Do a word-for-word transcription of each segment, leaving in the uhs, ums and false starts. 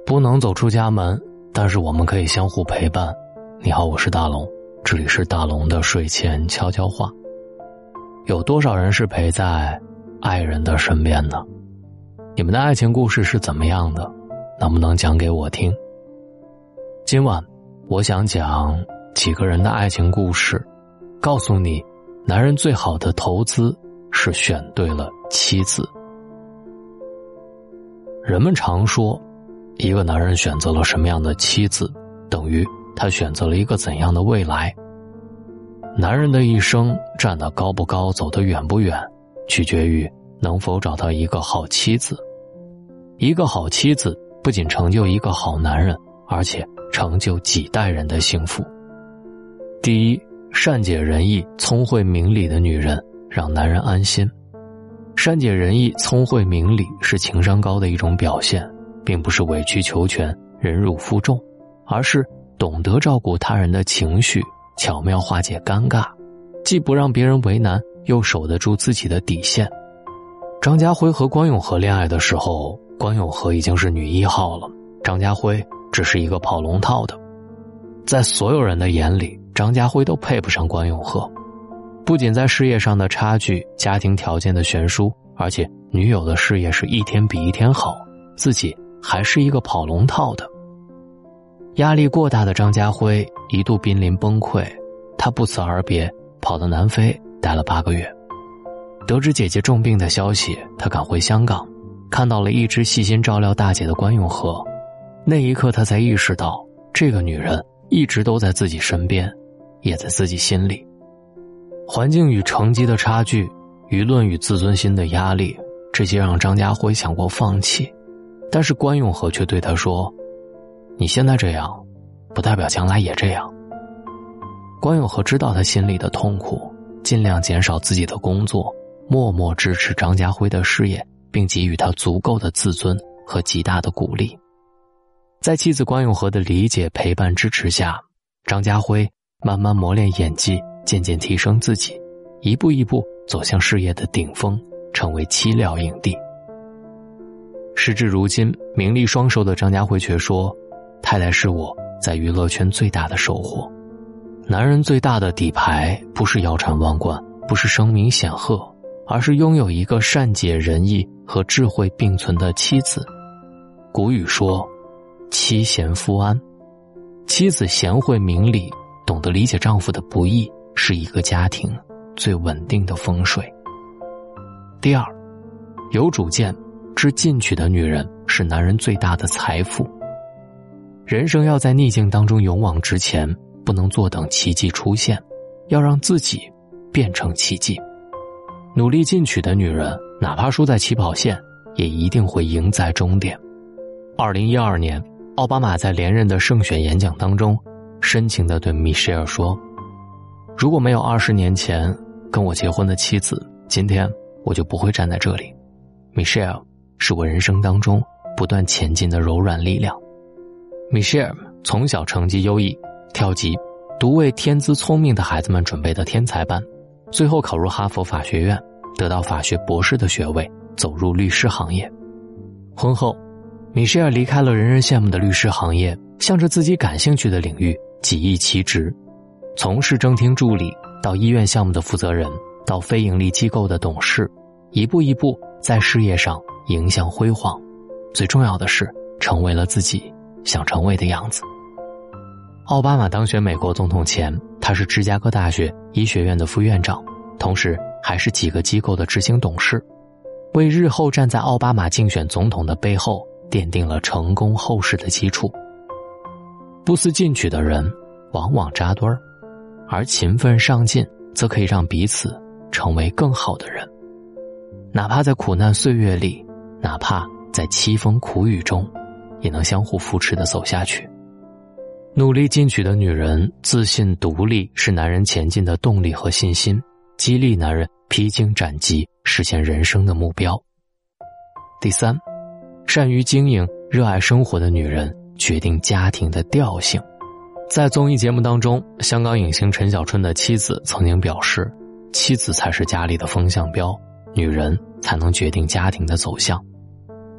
不能走出家门，但是我们可以相互陪伴。你好，我是大龙，这里是大龙的睡前悄悄话。有多少人是陪在爱人的身边呢？你们的爱情故事是怎么样的？能不能讲给我听？今晚我想讲几个人的爱情故事，告诉你男人最好的投资是选对了妻子。人们常说，一个男人选择了什么样的妻子，等于他选择了一个怎样的未来。男人的一生站得高不高，走得远不远，取决于能否找到一个好妻子。一个好妻子不仅成就一个好男人，而且成就几代人的幸福。第一，善解人意、聪慧明理的女人让男人安心。善解人意、聪慧明理是情商高的一种表现，并不是委曲求全、忍辱负重，而是懂得照顾他人的情绪，巧妙化解尴尬，既不让别人为难，又守得住自己的底线。张家辉和关咏荷恋爱的时候，关咏荷已经是女一号了，张家辉只是一个跑龙套的。在所有人的眼里，张家辉都配不上关咏荷，不仅在事业上的差距、家庭条件的悬殊，而且女友的事业是一天比一天好，自己还是一个跑龙套的。压力过大的张家辉一度濒临崩溃，他不辞而别，跑到南非待了八个月。得知姐姐重病的消息，他赶回香港，看到了一直细心照料大姐的关咏荷。那一刻他才意识到，这个女人一直都在自己身边，也在自己心里。环境与成绩的差距，舆论与自尊心的压力，这些让张家辉想过放弃，但是关咏荷却对他说，你现在这样不代表将来也这样。关咏荷知道他心里的痛苦，尽量减少自己的工作，默默支持张家辉的事业，并给予他足够的自尊和极大的鼓励。在妻子关咏荷的理解、陪伴、支持下，张家辉慢慢磨练演技，渐渐提升自己，一步一步走向事业的顶峰，成为妻料影帝。时至如今，名利双收的张家辉却说，太太是我在娱乐圈最大的收获。男人最大的底牌不是腰缠万贯，不是声名显赫，而是拥有一个善解人意和智慧并存的妻子。古语说，妻贤夫安。妻子贤惠明理，懂得理解丈夫的不易，是一个家庭最稳定的风水。第二，有主见、知进取的女人是男人最大的财富。人生要在逆境当中勇往直前，不能坐等奇迹出现，要让自己变成奇迹。努力进取的女人，哪怕输在起跑线，也一定会赢在终点。二零一二年，奥巴马在连任的胜选演讲当中，深情地对米歇尔说，如果没有二十年前跟我结婚的妻子，今天我就不会站在这里。米歇尔是我人生当中不断前进的柔软力量。米歇尔从小成绩优异，跳级，读为天资聪明的孩子们准备的天才班，最后考入哈佛法学院，得到法学博士的学位，走入律师行业。婚后，米歇尔离开了人人羡慕的律师行业，向着自己感兴趣的领域几易其职，从市政厅助理到医院项目的负责人，到非营利机构的董事，一步一步在事业上迎向辉煌。最重要的是，成为了自己想成为的样子。奥巴马当选美国总统前，他是芝加哥大学医学院的副院长，同时还是几个机构的执行董事，为日后站在奥巴马竞选总统的背后奠定了成功后世的基础。不思进取的人往往扎堆儿，而勤奋上进则可以让彼此成为更好的人。哪怕在苦难岁月里，哪怕在凄风苦雨中，也能相互扶持地走下去。努力进取的女人自信独立，是男人前进的动力和信心，激励男人披荆斩棘，实现人生的目标。第三，善于经营、热爱生活的女人决定家庭的调性。在综艺节目当中，香港影星陈小春的妻子曾经表示，妻子才是家里的风向标，女人才能决定家庭的走向。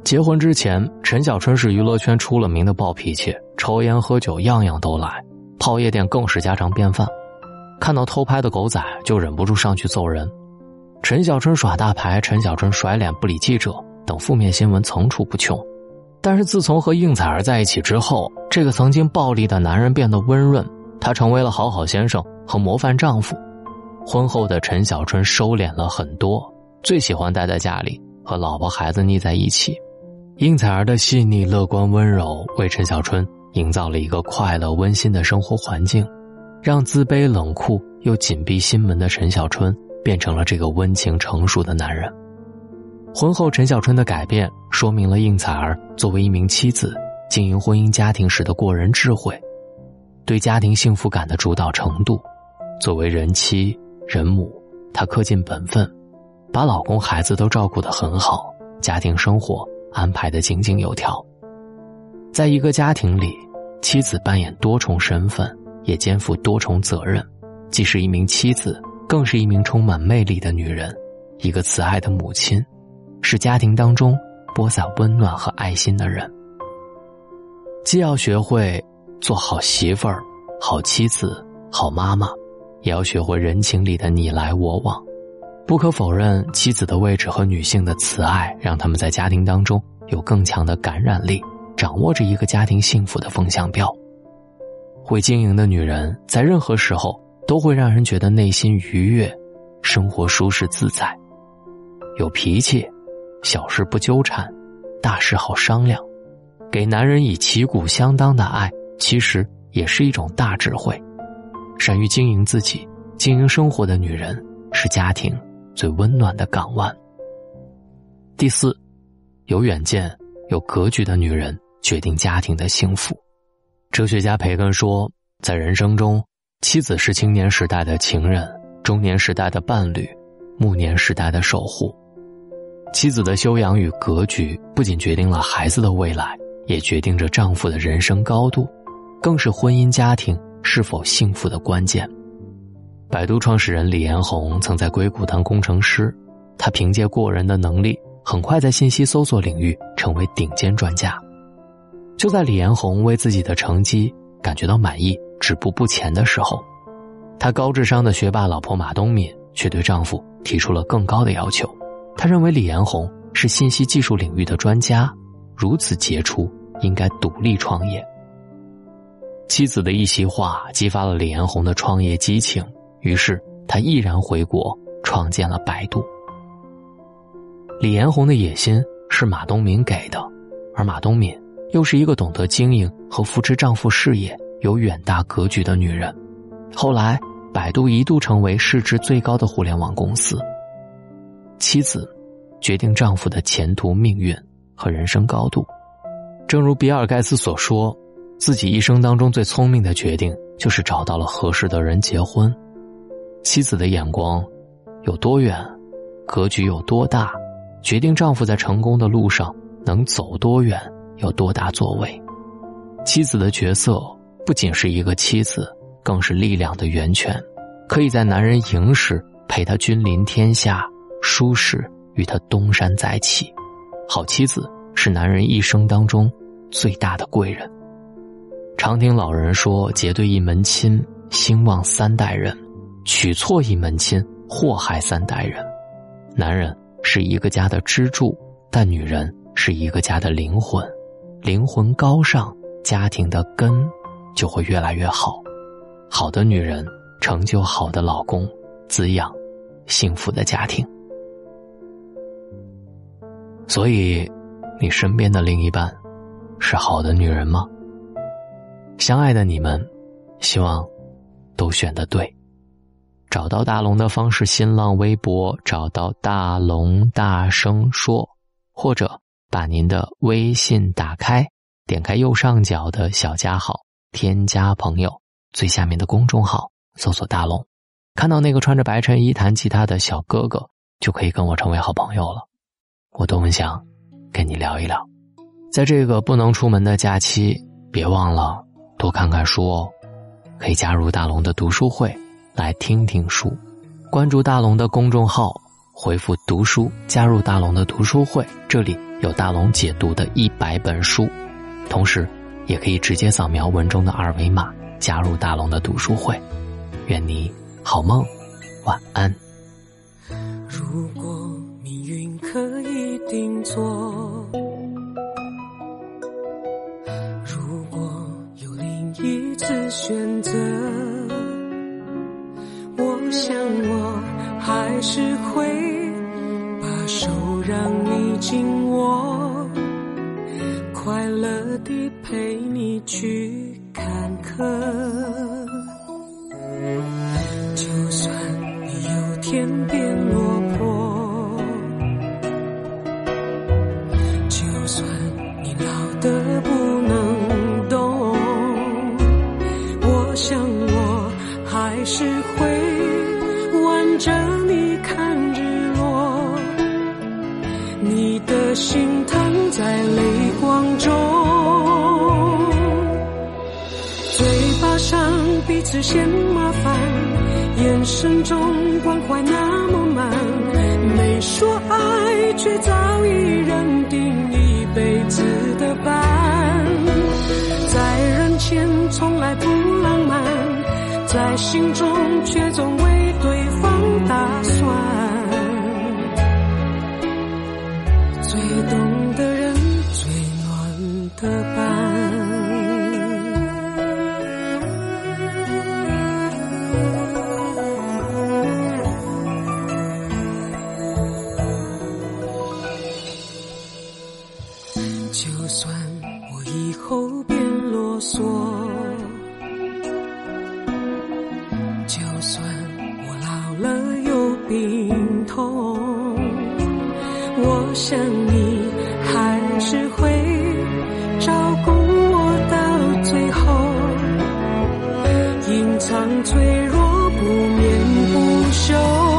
结婚之前，陈小春是娱乐圈出了名的暴脾气，抽烟喝酒样样都来，泡夜店更是家常便饭。看到偷拍的狗仔就忍不住上去揍人。陈小春耍大牌，陈小春甩脸不理记者等负面新闻层出不穷。但是自从和应采儿在一起之后，这个曾经暴力的男人变得温润，他成为了好好先生和模范丈夫。婚后的陈小春收敛了很多，最喜欢待在家里和老婆孩子腻在一起。应采儿的细腻乐观温柔为陈小春营造了一个快乐温馨的生活环境，让自卑冷酷又紧闭心门的陈小春变成了这个温情成熟的男人。婚后陈小春的改变说明了应采儿作为一名妻子经营婚姻家庭时的过人智慧，对家庭幸福感的主导程度。作为人妻人母，她恪尽本分，把老公孩子都照顾得很好，家庭生活安排得井井有条。在一个家庭里，妻子扮演多重身份，也肩负多重责任，既是一名妻子，更是一名充满魅力的女人，一个慈爱的母亲，是家庭当中播撒温暖和爱心的人。既要学会做好媳妇儿、好妻子、好妈妈，也要学会人情里的你来我往。不可否认，妻子的位置和女性的慈爱让他们在家庭当中有更强的感染力，掌握着一个家庭幸福的风向标。会经营的女人在任何时候都会让人觉得内心愉悦，生活舒适自在。有脾气，小事不纠缠，大事好商量。给男人以旗鼓相当的爱，其实也是一种大智慧。善于经营自己、经营生活的女人，是家庭最温暖的港湾。第四，有远见、有格局的女人决定家庭的幸福。哲学家培根说，在人生中，妻子是青年时代的情人，中年时代的伴侣，暮年时代的守护。妻子的修养与格局不仅决定了孩子的未来，也决定着丈夫的人生高度，更是婚姻家庭是否幸福的关键。百度创始人李彦宏曾在硅谷当工程师，他凭借过人的能力，很快在信息搜索领域成为顶尖专家。就在李彦宏为自己的成绩感觉到满意、止步不前的时候，他高智商的学霸老婆马东敏却对丈夫提出了更高的要求。他认为李彦宏是信息技术领域的专家，如此杰出，应该独立创业。妻子的一席话激发了李彦宏的创业激情，于是他毅然回国创建了百度。李彦宏的野心是马东敏给的，而马东敏又是一个懂得经营和扶持丈夫事业、有远大格局的女人。后来百度一度成为市值最高的互联网公司。妻子决定丈夫的前途命运和人生高度。正如比尔盖茨所说，自己一生当中最聪明的决定就是找到了合适的人结婚。妻子的眼光有多远，格局有多大，决定丈夫在成功的路上能走多远，有多大作为。妻子的角色不仅是一个妻子，更是力量的源泉，可以在男人赢时陪他君临天下，输时与他东山再起。好妻子是男人一生当中最大的贵人。常听老人说，结对一门亲，兴旺三代人；娶错一门亲，祸害三代人。男人是一个家的支柱，但女人是一个家的灵魂。灵魂高尚，家庭的根就会越来越好。好的女人成就好的老公，滋养幸福的家庭。所以，你身边的另一半是好的女人吗？相爱的你们，希望都选得对。找到大龙的方式：新浪微博找到大龙大声说，或者把您的微信打开，点开右上角的小加号，添加朋友，最下面的公众号搜索大龙，看到那个穿着白衬衣弹吉他的小哥哥，就可以跟我成为好朋友了。我都很想跟你聊一聊。在这个不能出门的假期，别忘了多看看书哦，可以加入大龙的读书会来听听书，关注大龙的公众号回复读书加入大龙的读书会，这里有大龙解读的一百本书，同时也可以直接扫描文中的二维码加入大龙的读书会。愿你好梦，晚安。 如果命运可以定做，如果有另一次选择，我想我还是会把手让你紧握，快乐地陪你去看客。就算你有天变落魄，就算你老得不能动，我想我还是会挽着你看日落，你的心疼在泪光中，嘴巴上彼此嫌麻烦，眼神中关怀那么慢，没说爱却早已认定一辈子的伴，在人前从来不浪漫，在心中却总为对方打算，最懂的人最暖的伴。就算我以后变啰嗦，就算我老了有病痛，我想你还是会照顾我到最后，隐藏脆弱不眠不休，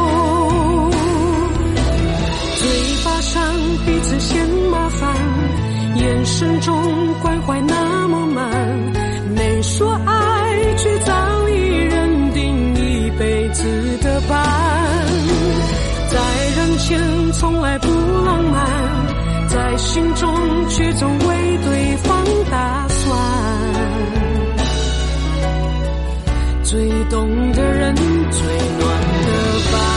嘴巴上彼此嫌麻烦，眼神中关怀那么慢，没说爱却早已认定一辈子的伴，在人前从来不浪漫，在心中却总为对方打算，最懂的人最暖的伴。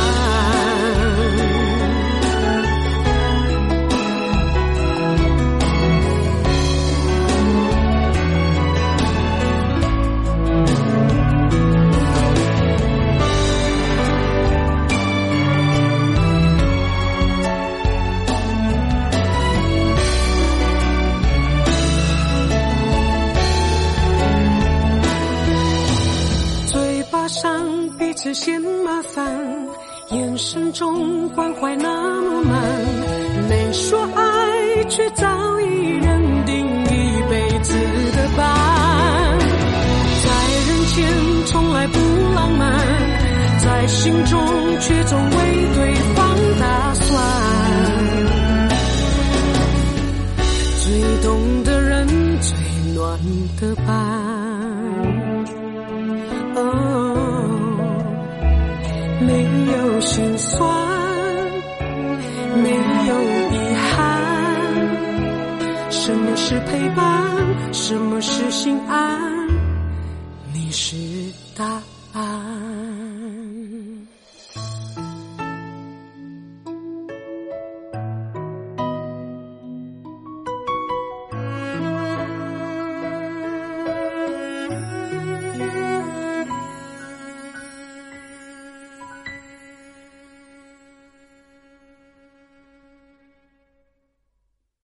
彼此嫌麻烦，眼神中关怀那么慢，没说爱却早已认定一辈子的伴，在人前从来不浪漫，在心中却总为对方打算，最懂的人最暖的伴。没有心酸，没有遗憾，什么是陪伴，什么是心安，你是